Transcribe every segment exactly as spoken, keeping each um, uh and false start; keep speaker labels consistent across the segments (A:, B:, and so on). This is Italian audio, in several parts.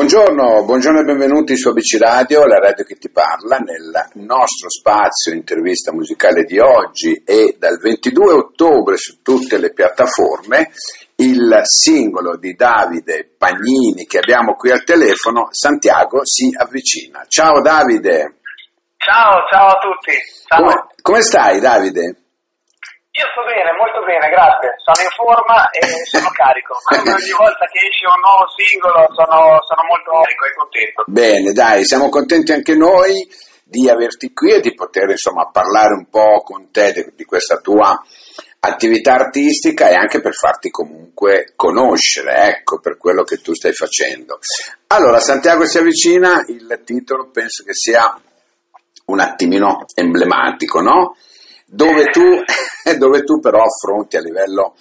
A: Buongiorno, buongiorno e benvenuti su A B C Radio, la radio che ti parla, nel nostro spazio intervista musicale di oggi e dal ventidue ottobre su tutte le piattaforme il singolo di Davide Pagnini che abbiamo qui al telefono, Santiago si avvicina. Ciao Davide.
B: Ciao, ciao a tutti. Ciao.
A: Come, come stai Davide?
B: Io sto bene, molto bene, grazie. Sono in forma e sono carico. Ogni volta che esce un nuovo singolo sono, sono molto carico e contento.
A: Bene, dai, siamo contenti anche noi di averti qui e di poter insomma parlare un po' con te di, di questa tua attività artistica e anche per farti comunque conoscere, ecco, per quello che tu stai facendo. Allora, Santiago si avvicina, il titolo penso che sia un attimino emblematico, no? Dove tu, dove tu però affronti a livello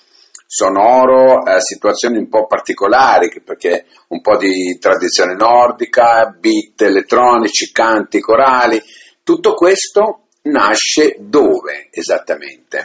A: sonoro eh, situazioni un po' particolari, perché un po' di tradizione nordica, beat elettronici, canti, corali, tutto questo nasce dove esattamente?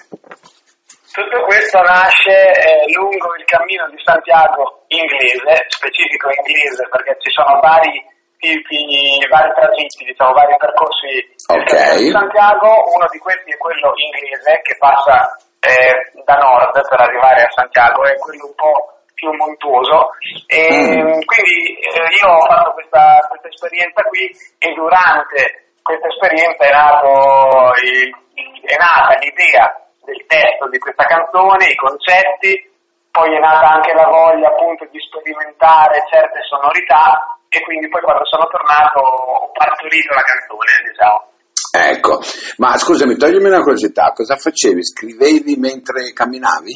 B: Tutto questo nasce eh, lungo il cammino di Santiago inglese, specifico inglese perché ci sono vari tipi, vari tragitti, diciamo, vari percorsi
A: okay.
B: di Santiago. Uno di questi è quello inglese che passa eh, da nord per arrivare a Santiago, è quello un po' più montuoso e mm. quindi eh, io ho fatto questa, questa esperienza qui e durante questa esperienza è, nato, è nata l'idea del testo di questa canzone, i concetti, poi è nata anche la voglia appunto di sperimentare certe sonorità e quindi poi quando sono tornato ho partorito la canzone, diciamo.
A: Ecco, ma scusami, toglimi una curiosità, cosa facevi? Scrivevi mentre camminavi?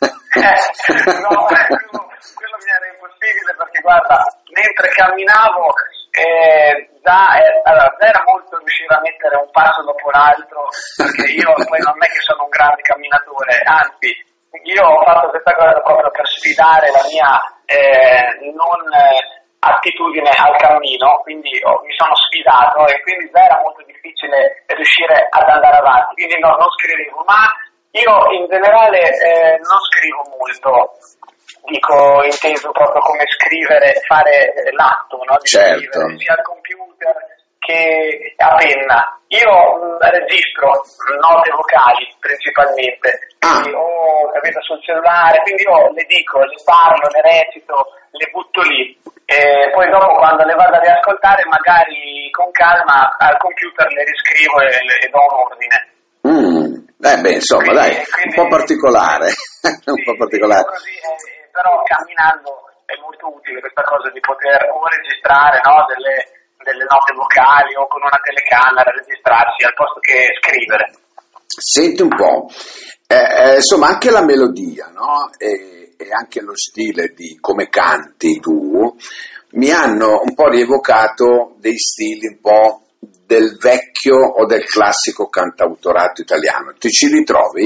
B: Eh, no, quello, quello mi era impossibile perché guarda, mentre camminavo eh, già, eh, allora, già era molto riuscire a mettere un passo dopo l'altro perché io poi non è che sono un grande camminatore, anzi io ho fatto questa cosa proprio per sfidare la mia eh, non... Eh, attitudine al cammino, quindi oh, mi sono sfidato e quindi già era molto difficile riuscire ad andare avanti, quindi no, non scrivevo, ma io in generale eh, non scrivo molto, dico inteso proprio come scrivere, fare l'atto, no? Di
A: certo.
B: scrivere sia al computer che a penna. Io mh, registro note vocali principalmente, quindi
A: ah.
B: o capito, sul cellulare, quindi io le dico, le parlo, le recito, le butto lì. E poi dopo quando le vado a riascoltare magari con calma al computer le riscrivo e, le, e do un ordine.
A: Mm. Eh beh, insomma,
B: quindi,
A: dai,
B: quindi,
A: un po' particolare,
B: sì,
A: un po' particolare.
B: Sì, così, eh, però camminando è molto utile questa cosa di poter o registrare, no, delle, delle note vocali o con una telecamera registrarsi al posto che scrivere.
A: Senti un po', eh, eh, insomma anche la melodia, no? E, e anche lo stile di come canti tu mi hanno un po' rievocato dei stili un po' del vecchio o del classico cantautorato italiano. Ti ci ritrovi?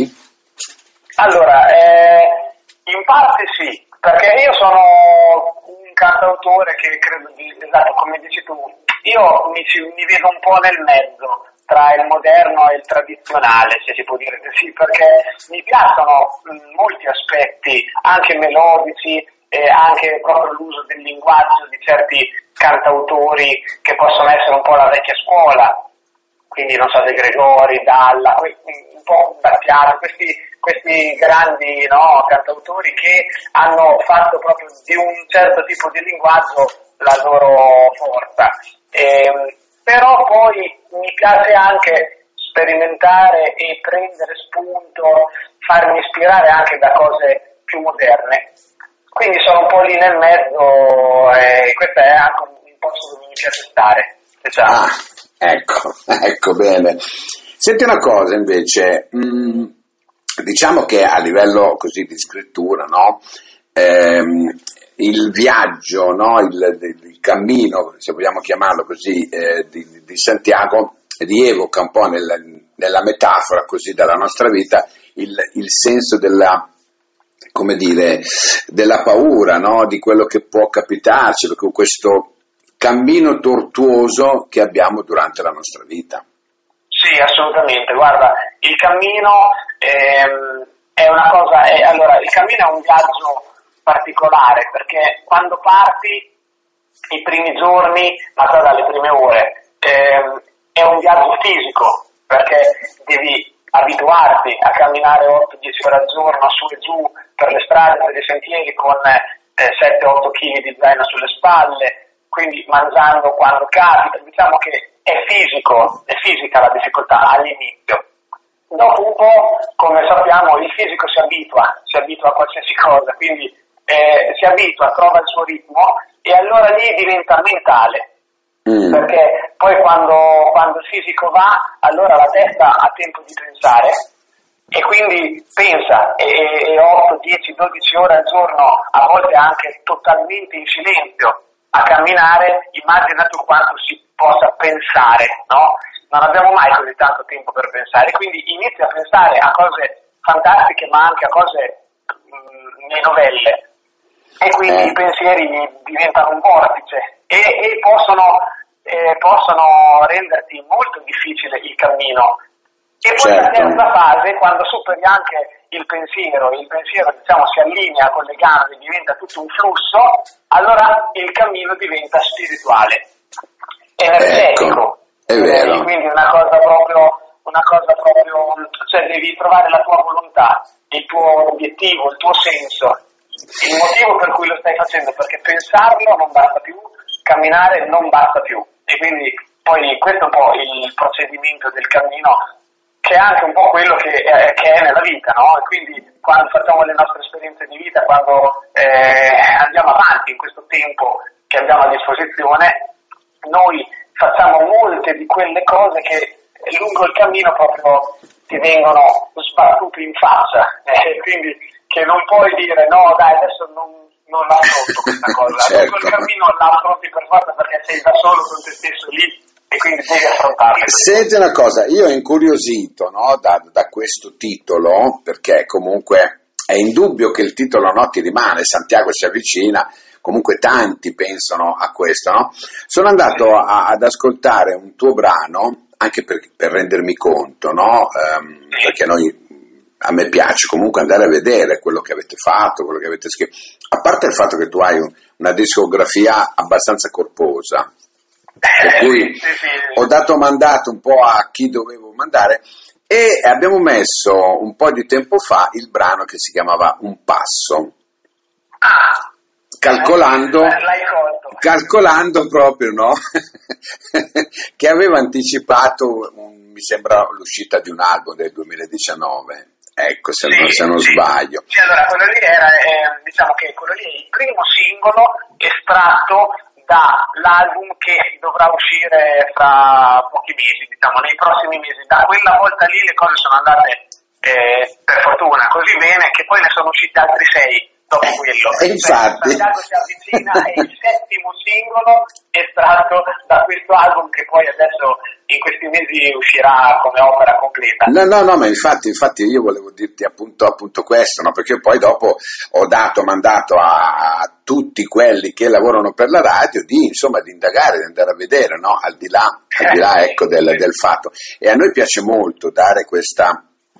B: Allora, eh, in parte sì, perché io sono un cantautore che credo di, esatto, come dici tu, io mi, mi vedo un po' nel mezzo tra il moderno e il tradizionale, se si può dire così, perché mi piacciono mh, molti aspetti, anche melodici, e anche proprio l'uso del linguaggio di certi cantautori che possono essere un po' la vecchia scuola, quindi non so, De Gregori, Dalla, un po' Battiato, questi, questi grandi no, cantautori che hanno fatto proprio di un certo tipo di linguaggio la loro forza. E, però poi mi piace anche sperimentare e prendere spunto, farmi ispirare anche da cose più moderne. Quindi sono un po' lì nel mezzo e questo è anche un posto dove mi piace stare. Diciamo.
A: Ah, ecco, ecco bene. Senti una cosa invece, mh, diciamo che a livello così di scrittura, no? Ehm, il viaggio, no? il, il cammino, se vogliamo chiamarlo così, eh, di, di Santiago rievoca un po' nel, nella metafora così della nostra vita il, il senso della, come dire, della paura, no? Di quello che può capitarci, perché questo cammino tortuoso che abbiamo durante la nostra vita.
B: Sì, assolutamente. Guarda, il cammino ehm, è una cosa, è, allora, il cammino è un viaggio particolare perché quando parti i primi giorni, ma già dalle prime ore, ehm, è un viaggio fisico, perché devi abituarti a camminare otto dieci ore al giorno su e giù per le strade, per i sentieri con eh, sette otto chili di zaino sulle spalle, quindi mangiando quando capita. Diciamo che è fisico, è fisica la difficoltà all'inizio. Dopo un po', come sappiamo, il fisico si abitua, si abitua a qualsiasi cosa, quindi eh, si abitua, trova il suo ritmo e allora lì diventa mentale. Mm. Perché poi quando, quando il fisico va, allora la testa ha tempo di pensare e quindi pensa e, e otto, dieci, dodici ore al giorno, a volte anche totalmente in silenzio, a camminare. Immagina tu quanto si possa pensare, no? Non abbiamo mai così tanto tempo per pensare, quindi inizia a pensare a cose fantastiche ma anche a cose mh, meno belle e quindi eh. i pensieri diventano un vortice e, e possono, eh, possono renderti molto difficile il cammino. E poi certo. La terza fase, quando superi anche il pensiero, il pensiero diciamo si allinea con le gambe, diventa tutto un flusso, allora il cammino diventa spirituale, energetico.
A: Ecco. È vero.
B: Eh, quindi una cosa proprio, una cosa proprio, cioè devi trovare la tua volontà, il tuo obiettivo, il tuo senso, il motivo per cui lo stai facendo, perché pensarlo non basta più, camminare non basta più. E quindi poi questo è un po' il procedimento del cammino, che è anche un po' quello che è, che è nella vita, no? E quindi quando facciamo le nostre esperienze di vita, quando eh, andiamo avanti in questo tempo che abbiamo a disposizione, noi facciamo molte di quelle cose che lungo il cammino proprio ti vengono sbattute in faccia, eh, quindi che non puoi dire no dai adesso non, non l'affronto questa cosa, certo. Lungo il cammino l'affronti per forza perché sei da solo con te stesso lì e quindi devi affrontarle.
A: Senti una cosa, io ho incuriosito, no, da, da questo titolo, perché comunque è indubbio che il titolo no, ti rimane, Santiago si avvicina. Comunque tanti pensano a questo, no? Sono andato a, ad ascoltare un tuo brano, anche per, per rendermi conto, no? Um, perché noi, a me piace comunque andare a vedere quello che avete fatto, quello che avete scritto, a parte il fatto che tu hai un, una discografia abbastanza corposa, per cui ho dato mandato un po' a chi dovevo mandare e abbiamo messo un po' di tempo fa il brano che si chiamava Un Passo.
B: Ah!
A: Calcolando, calcolando proprio, no? Che aveva anticipato, un, mi sembra, l'uscita di un album del duemiladiciannove, ecco, se, sì, non, se non
B: sì.
A: sbaglio.
B: Sì, allora, quello lì era, eh, diciamo che quello lì è il primo singolo estratto dall'album che dovrà uscire fra pochi mesi, diciamo, nei prossimi mesi. Da quella volta lì le cose sono andate, eh, per fortuna, così bene che poi ne sono usciti altri sei. Dopo quello,
A: e infatti
B: Santiago si avvicina è il settimo singolo estratto da questo album che poi adesso in questi mesi uscirà come opera completa.
A: No, no, no, ma infatti, infatti io volevo dirti appunto, appunto questo, no? Perché io poi dopo ho dato mandato a, a tutti quelli che lavorano per la radio di insomma di indagare, di andare a vedere, no? Al di là, al di là ecco del, del fatto. E a noi piace molto dare questa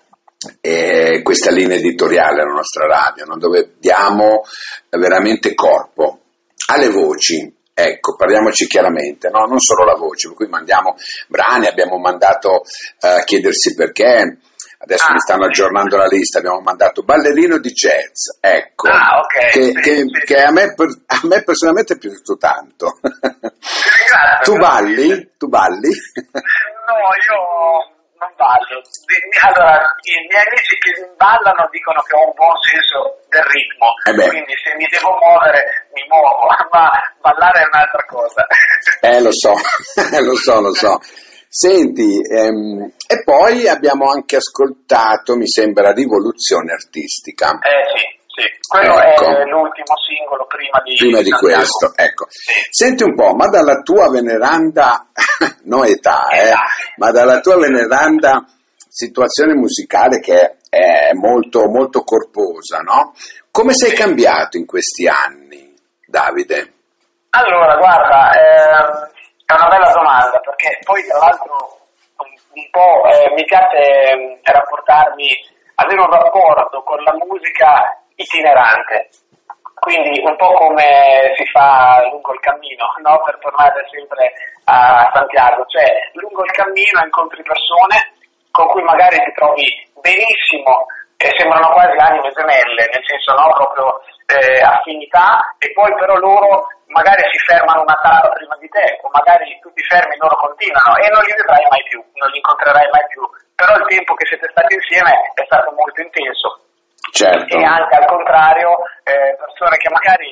A: E questa linea editoriale alla nostra radio, no? Dove diamo veramente corpo alle voci, ecco, parliamoci chiaramente, no? Non solo la voce, per cui mandiamo brani, abbiamo mandato uh, Chiedersi perché, adesso ah, mi stanno aggiornando la lista, abbiamo mandato Ballerino di jazz, ecco,
B: ah, okay,
A: che,
B: sì,
A: che,
B: sì,
A: che a, me, a me personalmente è piaciuto tanto.
B: Ringrazio,
A: tu balli? Tu balli?
B: No, io non ballo. Allora, i miei amici che ballano dicono che ho un buon senso del ritmo,
A: eh
B: quindi se mi devo muovere mi muovo, ma ballare è un'altra cosa.
A: Eh, lo so, lo so, lo so. Senti, ehm, e poi abbiamo anche ascoltato, mi sembra, Rivoluzione Artistica.
B: Eh sì. Sì, quello ecco. È l'ultimo singolo prima di
A: Prima di
B: Santiago.
A: questo, ecco.
B: Sì.
A: Senti un po', ma dalla tua veneranda, no età, eh, ma dalla tua veneranda situazione musicale che è molto, molto corposa, no? Come sei sì. cambiato in questi anni, Davide?
B: Allora, guarda, eh, è una bella domanda, perché poi tra l'altro un, un po' eh, mi piace rapportarmi, avere un rapporto con la musica itinerante, quindi un po' come si fa lungo il cammino, no, per tornare sempre a Santiago, cioè lungo il cammino incontri persone con cui magari ti trovi benissimo e sembrano quasi anime gemelle, nel senso no, proprio eh, affinità, e poi però loro magari si fermano una tappa prima di te, o magari tu ti fermi e loro continuano e non li vedrai mai più, non li incontrerai mai più, però il tempo che siete stati insieme è stato molto intenso.
A: Certo.
B: E anche al contrario, eh, persone che magari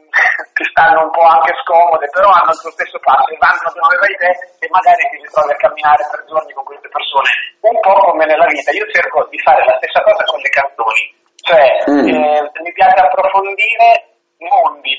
B: ti stanno un po' anche scomode, però hanno il tuo stesso passo e vanno dove vai te e magari ti ritrovi a camminare per giorni con queste persone, un po' come nella vita. Io cerco di fare la stessa cosa con le canzoni, cioè mm. eh, mi piace approfondire mondi,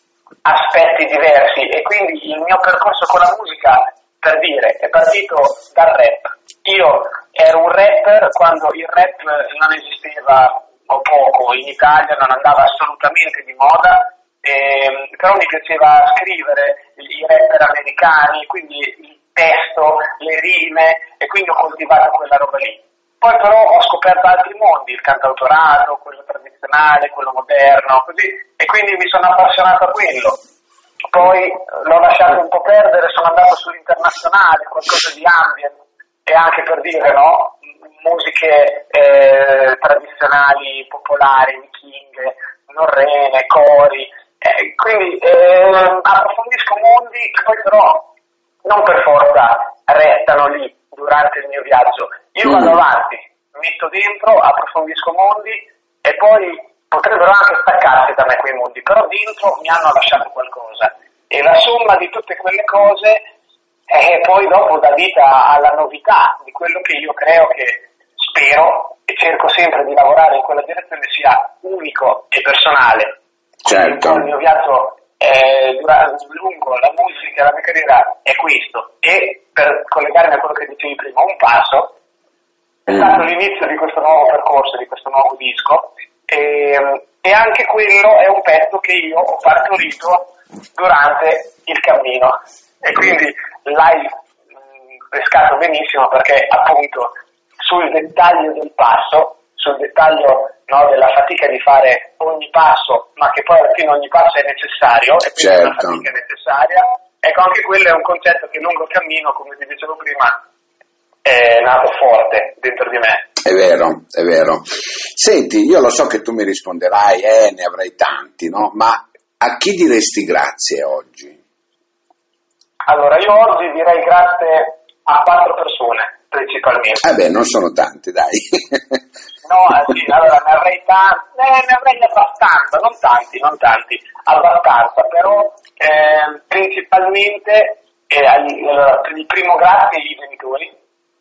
B: aspetti diversi, e quindi il mio percorso con la musica, per dire, è partito dal rap. Io ero un rapper quando il rap non esisteva o poco in Italia, non andava assolutamente di moda, eh, però mi piaceva scrivere i rapper americani, quindi il testo, le rime, e quindi ho coltivato quella roba lì. Poi però ho scoperto altri mondi, il cantautorato, quello tradizionale, quello moderno, così, e quindi mi sono appassionato a quello. Poi l'ho lasciato un po' perdere, sono andato sull'internazionale, qualcosa di ambient, e anche per dire, no, musiche eh, tradizionali, popolari, vichinghe, norrene, cori, eh, quindi eh, approfondisco mondi che poi però non per forza restano lì durante il mio viaggio. Io vado avanti, metto dentro, approfondisco mondi e poi potrebbero anche staccarsi da me quei mondi, però dentro mi hanno lasciato qualcosa, e la somma di tutte quelle cose e poi dopo dà vita alla novità di quello che io creo, che spero e cerco sempre di lavorare in quella direzione sia unico e personale.
A: Certo.
B: Il mio viaggio è durante, lungo la musica, la mia carriera è questo, e per collegarmi a quello che dicevi prima, un passo è stato l'inizio di questo nuovo percorso, di questo nuovo disco, e, e anche quello è un pezzo che io ho partorito durante il cammino, e quindi l'hai mh, pescato benissimo, perché appunto sul dettaglio del passo, sul dettaglio, no, della fatica di fare ogni passo, ma che poi alla fine ogni passo è necessario, e quindi certo. È una fatica necessaria, ecco, anche quello è un concetto che lungo il cammino, come ti dicevo prima, è nato forte dentro di me.
A: È vero, è vero. Senti, io lo so che tu mi risponderai, eh, ne avrai tanti, no? Ma a chi diresti grazie oggi?
B: Allora, io oggi direi grazie a quattro persone, principalmente.
A: Eh beh, non sono tante, dai.
B: No, sì, allora ne avrei tanti, eh, ne avrei abbastanza, non tanti, non tanti, abbastanza, però eh, principalmente eh, allora, il primo grazie ai genitori,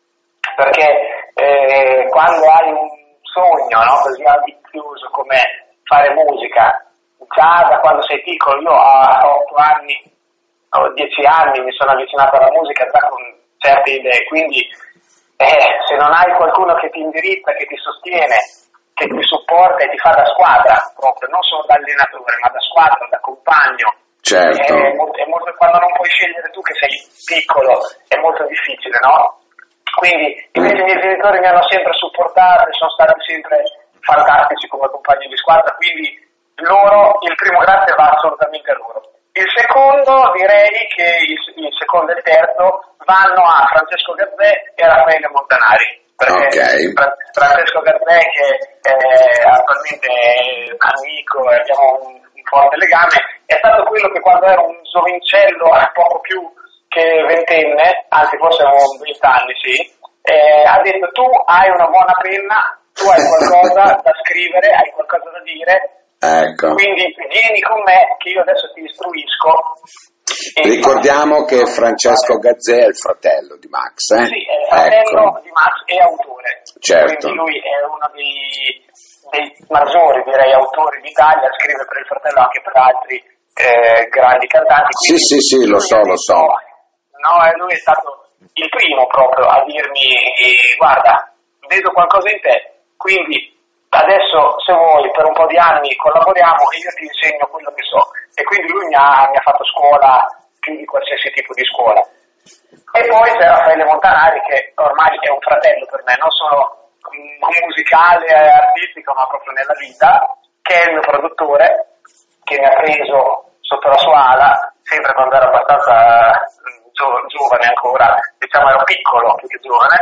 B: perché eh, quando hai un sogno, no, così ambizioso come fare musica, già da quando sei piccolo, io a otto anni, a dieci anni mi sono avvicinato alla musica già con certe idee, quindi eh, se non hai qualcuno che ti indirizza, che ti sostiene, che ti supporta e ti fa da squadra, proprio, non solo da allenatore, ma da squadra, da compagno,
A: certo.
B: è molto, è molto, quando non puoi scegliere tu che sei piccolo, è molto difficile, no? Quindi invece i miei genitori mi hanno sempre supportato e sono stati sempre fantastici come compagni di squadra, quindi loro, il primo grazie va assolutamente a loro. Il secondo, direi che il, il secondo e il terzo vanno a Francesco Gazzè e Raffaele Montanari, perché
A: okay.
B: Fra- Francesco Gazzè, che è attualmente amico e abbiamo un, un forte legame, è stato quello che quando ero un giovincello, poco più che ventenne, anzi forse avevo vent'anni, sì, eh, ha detto: tu hai una buona penna, tu hai qualcosa da scrivere, hai qualcosa da dire,
A: ecco.
B: Quindi vieni con me che io adesso ti istruisco.
A: Ricordiamo che Francesco Gazzè è il fratello di Max, eh?
B: Sì, è il fratello
A: ecco.
B: di Max e autore.
A: Certo.
B: Quindi lui è uno dei, dei maggiori, direi, autori d'Italia, scrive per il fratello anche per altri eh, grandi cantanti.
A: Sì, sì, sì, lo so, lo so.
B: No, e lui è stato il primo proprio a dirmi: guarda, vedo qualcosa in te, quindi adesso se vuoi per un po' di anni collaboriamo e io ti insegno quello che so. E quindi lui mi ha, mi ha fatto scuola più di qualsiasi tipo di scuola. E poi c'è Raffaele Montanari, che ormai è un fratello per me, non solo musicale e artistico, ma proprio nella vita, che è il mio produttore, che mi ha preso sotto la sua ala, sempre quando ero abbastanza gio- giovane ancora, diciamo ero piccolo più che giovane,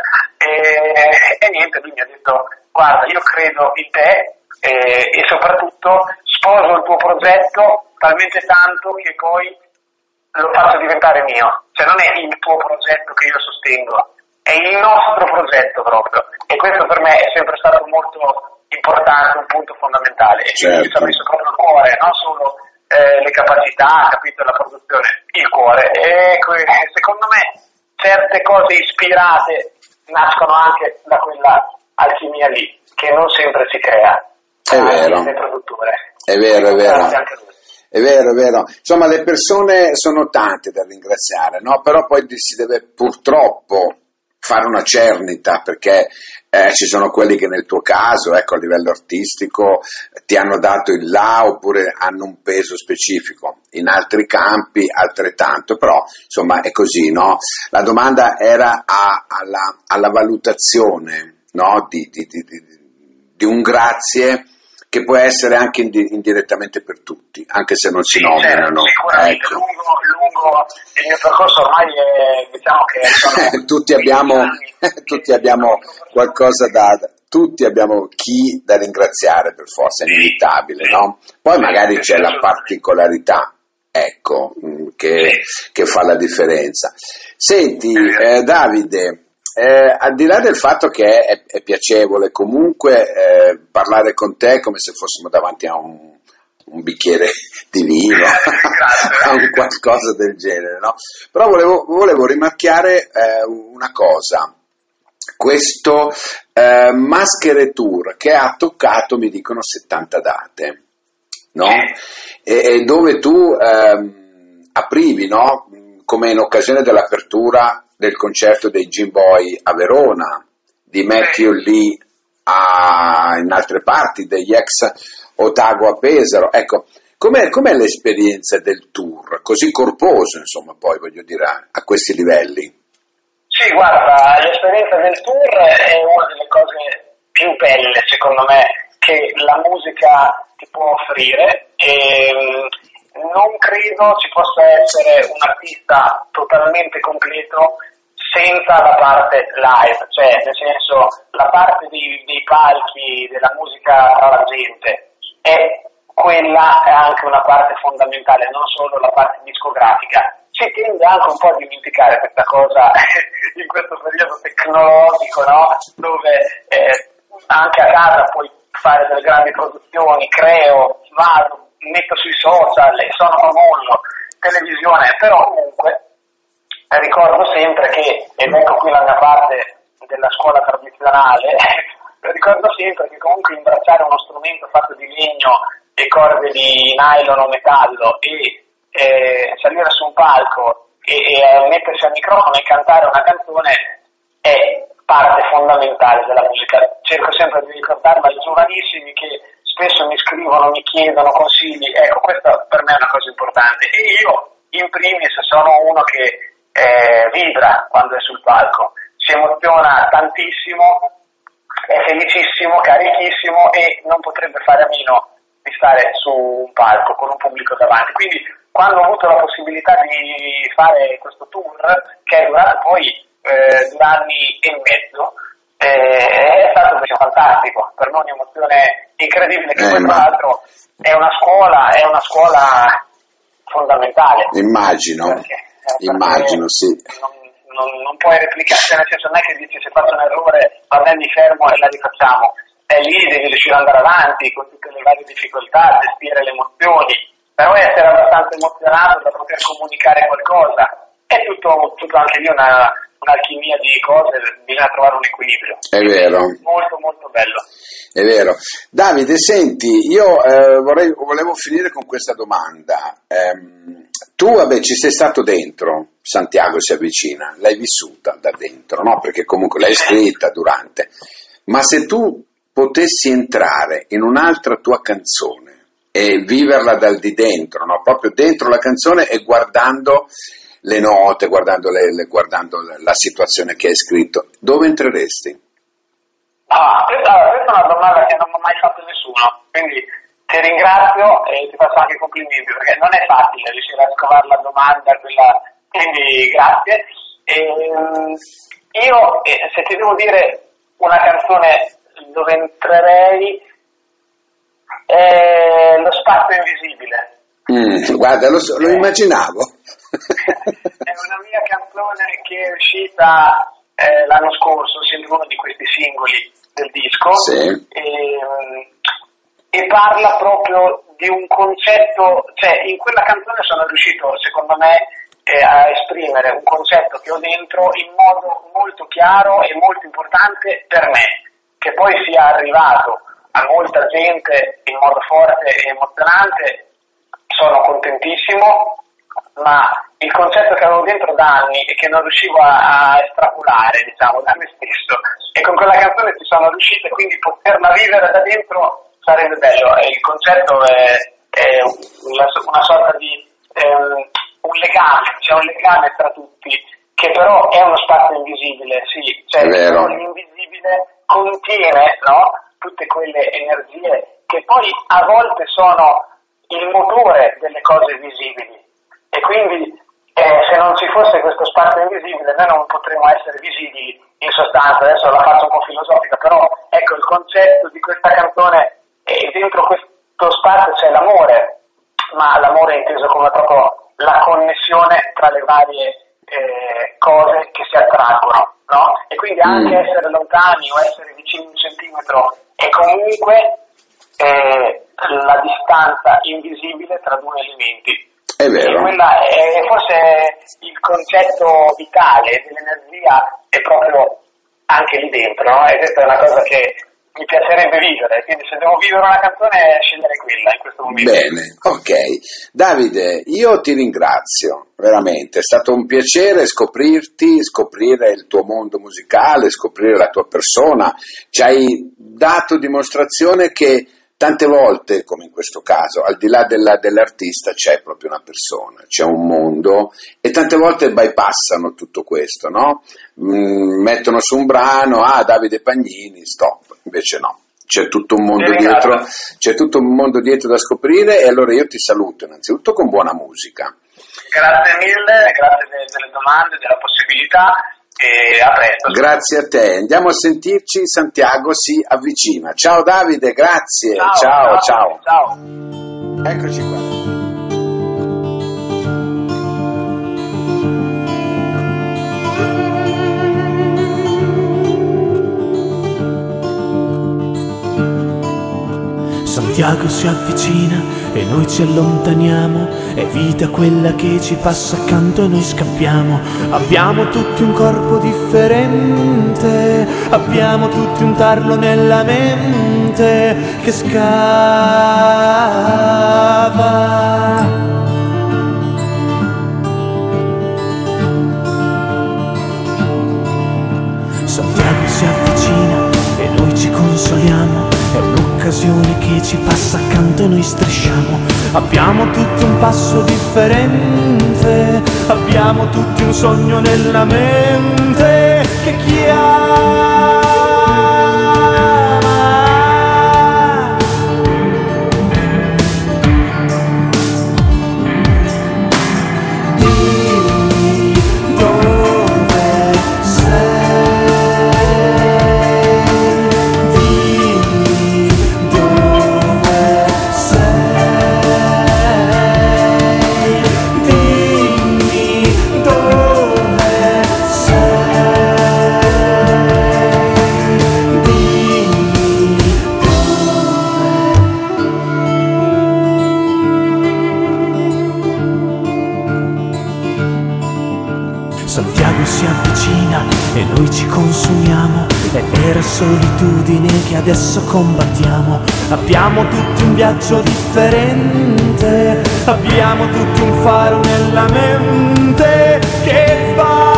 B: e, e niente, lui mi ha detto guarda, io credo in te e, e soprattutto sposo il tuo progetto talmente tanto che poi lo faccio diventare mio, cioè non è il tuo progetto che io sostengo, è il nostro progetto proprio, e questo per me è sempre stato molto importante, un punto fondamentale, e quindi
A: Certo.
B: ci ha messo proprio il cuore, non solo eh, le capacità, capito, la produzione, il cuore, e que- secondo me certe cose ispirate nascono anche da quella alchimia lì, che non sempre si crea.
A: È vero, è vero, è vero. È vero, è vero. Insomma, le persone sono tante da ringraziare, no? Però poi si deve purtroppo fare una cernita, perché eh, ci sono quelli che nel tuo caso, ecco, a livello artistico, ti hanno dato il là oppure hanno un peso specifico. In altri campi altrettanto, però insomma è così, no? La domanda era a, alla, alla valutazione, no? Di, di, di, di, di un grazie che può essere anche indi- indirettamente per tutti, anche se non si
B: sì,
A: nominano.
B: Certo, sicuramente,
A: ecco.
B: lungo, lungo il mio percorso ormai è, diciamo che sono
A: tutti abbiamo, tutti abbiamo qualcosa da, tutti abbiamo chi da ringraziare per forza, è inevitabile, no? Poi magari c'è la particolarità, ecco, che, che fa la differenza. Senti, eh, Davide, Eh, al di là del fatto che è, è piacevole comunque eh, parlare con te come se fossimo davanti a un, un bicchiere di vino, a un qualcosa del genere, no? Però volevo, volevo rimarchiare eh, una cosa, questo eh, Maschere Tour che ha toccato, mi dicono, settanta date, no? E, e dove tu ehm, aprivi, no? Come in occasione dell'apertura del concerto dei Jim Boy a Verona, di Matthew Lee a, in altre parti, degli ex Otago a Pesaro. Ecco, com'è, com'è l'esperienza del tour? Così corposo, insomma, poi voglio dire, a, a questi livelli.
B: Sì, guarda, l'esperienza del tour è una delle cose più belle, secondo me, che la musica ti può offrire, e non credo ci possa essere un artista totalmente completo senza la parte live, cioè nel senso la parte dei, dei palchi, della musica tra la gente, è quella è anche una parte fondamentale, non solo la parte discografica. Si tende anche un po' a dimenticare questa cosa in questo periodo tecnologico, no? Dove eh, anche a casa puoi fare delle grandi produzioni, creo, vado, metto sui social e sono famoso, televisione, però comunque ricordo sempre che, ed ecco qui la mia parte della scuola tradizionale, ricordo sempre che comunque imbracciare uno strumento fatto di legno e corde di nylon o metallo e eh, salire su un palco e, e mettersi al microfono e cantare una canzone è parte fondamentale della musica. Cerco sempre di ricordarmi ai giovanissimi che spesso mi scrivono, mi chiedono consigli, ecco, questa per me è una cosa importante, e io in primis sono uno che eh, vibra quando è sul palco, si emoziona tantissimo, è felicissimo, carichissimo e non potrebbe fare a meno di stare su un palco con un pubblico davanti. Quindi quando ho avuto la possibilità di fare questo tour, che è durato poi eh, due anni e mezzo, eh, è stato fantastico, per me un'emozione incredibile, che
A: Eh,
B: poi tra
A: ma-
B: l'altro è una scuola, è una scuola fondamentale.
A: Immagino,
B: Perché, eh, perché
A: immagino, sì.
B: Non, non, non puoi replicare, cioè nel senso non è che dici se faccio un errore, vabbè mi fermo e la rifacciamo. È lì, devi riuscire ad andare avanti con tutte le varie difficoltà, gestire le emozioni, però essere abbastanza emozionato da poter comunicare qualcosa. È tutto, tutto anche lì una, un'alchimia di cose, bisogna trovare un equilibrio.
A: È vero.
B: Molto molto bello.
A: È vero. Davide, senti, io eh, vorrei, volevo finire con questa domanda. Ehm, tu, vabbè, ci sei stato dentro, Santiago si avvicina, l'hai vissuta da dentro, no? Perché comunque l'hai scritta durante. Ma se tu potessi entrare in un'altra tua canzone e viverla dal di dentro, no? Proprio dentro la canzone e guardando le note, guardando, le, le, guardando la situazione che hai scritto, dove entreresti?
B: Ah, questa, questa è una domanda che non mi ha mai fatto nessuno, quindi ti ringrazio e ti faccio anche i complimenti perché non è facile riuscire a scovare la domanda, quella, quindi grazie. E, io, se ti devo dire una canzone dove entrerei, è Lo spazio invisibile.
A: Mm, guarda, lo, so, lo immaginavo.
B: È una mia canzone che è uscita eh, l'anno scorso, sempre uno di questi singoli del disco,
A: sì.
B: e, e parla proprio di un concetto, cioè in quella canzone sono riuscito, secondo me, eh, a esprimere un concetto che ho dentro in modo molto chiaro e molto importante per me, che poi sia arrivato a molta gente in modo forte e emozionante. Sono contentissimo, ma il concetto che avevo dentro da anni e che non riuscivo a, a estrapolare, diciamo, da me stesso, e con quella canzone ci sono riuscito, quindi poterla vivere da dentro sarebbe bello. E il concetto è, è una, una sorta di um, un legame, c'è un legame tra tutti, che però è uno spazio invisibile, sì, cioè però l'invisibile contiene, no, tutte quelle energie che poi a volte sono il motore delle cose visibili, e quindi eh, se non ci fosse questo spazio invisibile noi non potremmo essere visibili in sostanza. Adesso la faccio un po' filosofica, però ecco, il concetto di questa canzone è dentro questo spazio c'è l'amore, ma l'amore è inteso come proprio la connessione tra le varie eh, cose che si attraggono, no? E quindi anche mm. essere lontani o essere vicini un centimetro è comunque eh, la distanza invisibile tra due elementi.
A: È vero.
B: E quella è forse il concetto vitale dell'energia, è proprio anche lì dentro, no? E questa è una cosa che mi piacerebbe vivere, quindi se devo vivere una canzone sceglierei quella in questo momento.
A: Bene, ok. Davide, io ti ringrazio, veramente, è stato un piacere scoprirti, scoprire il tuo mondo musicale, scoprire la tua persona, ci hai dato dimostrazione che tante volte, come in questo caso, al di là della, dell'artista c'è proprio una persona, c'è un mondo, e tante volte bypassano tutto questo, no? Mm, mettono su un brano, ah, Davide Pagnini, stop, invece no, c'è tutto un mondo dietro, c'è tutto un mondo dietro da scoprire, e allora io ti saluto innanzitutto con buona musica.
B: Grazie mille, grazie delle, delle domande, della possibilità. E a presto.
A: Grazie a te, andiamo a sentirci. Santiago si avvicina. Ciao Davide, grazie.
B: Ciao,
A: ciao,
B: ciao.
A: ciao.
B: ciao.
A: Eccoci qua.
C: Santiago si avvicina e noi ci allontaniamo, è vita quella che ci passa accanto e noi scappiamo. Abbiamo tutti un corpo differente, abbiamo tutti un tarlo nella mente che scava. Santiago si avvicina e noi ci consoliamo, è un'occasione che ci passa accanto e noi strisciamo. Abbiamo tutti un passo differente, abbiamo tutti un sogno nella mente che chiama. Dimmi dove sei, dimmi dove sei, dimmi dove sei, dimmi dove. Santiago si avvicina e noi ci consumiamo, è vera solitudine che adesso combattiamo. Abbiamo tutti un viaggio differente, abbiamo tutti un faro nella mente che vaga.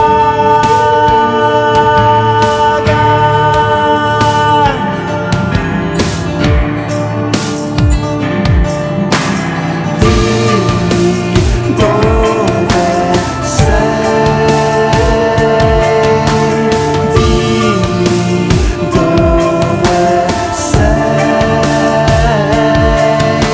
C: Dimmi dove sei, dimmi dove sei,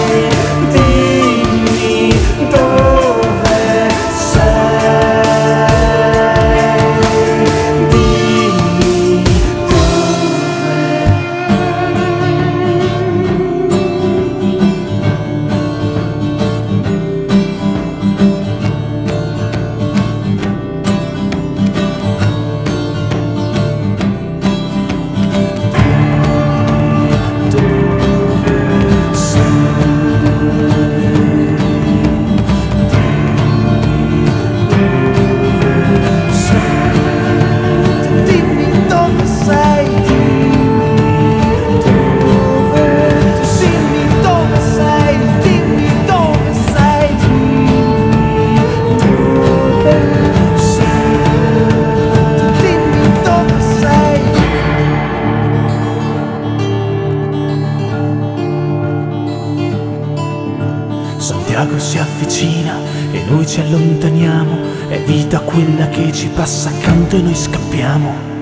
C: ci allontaniamo, è vita quella che ci passa accanto e noi scappiamo.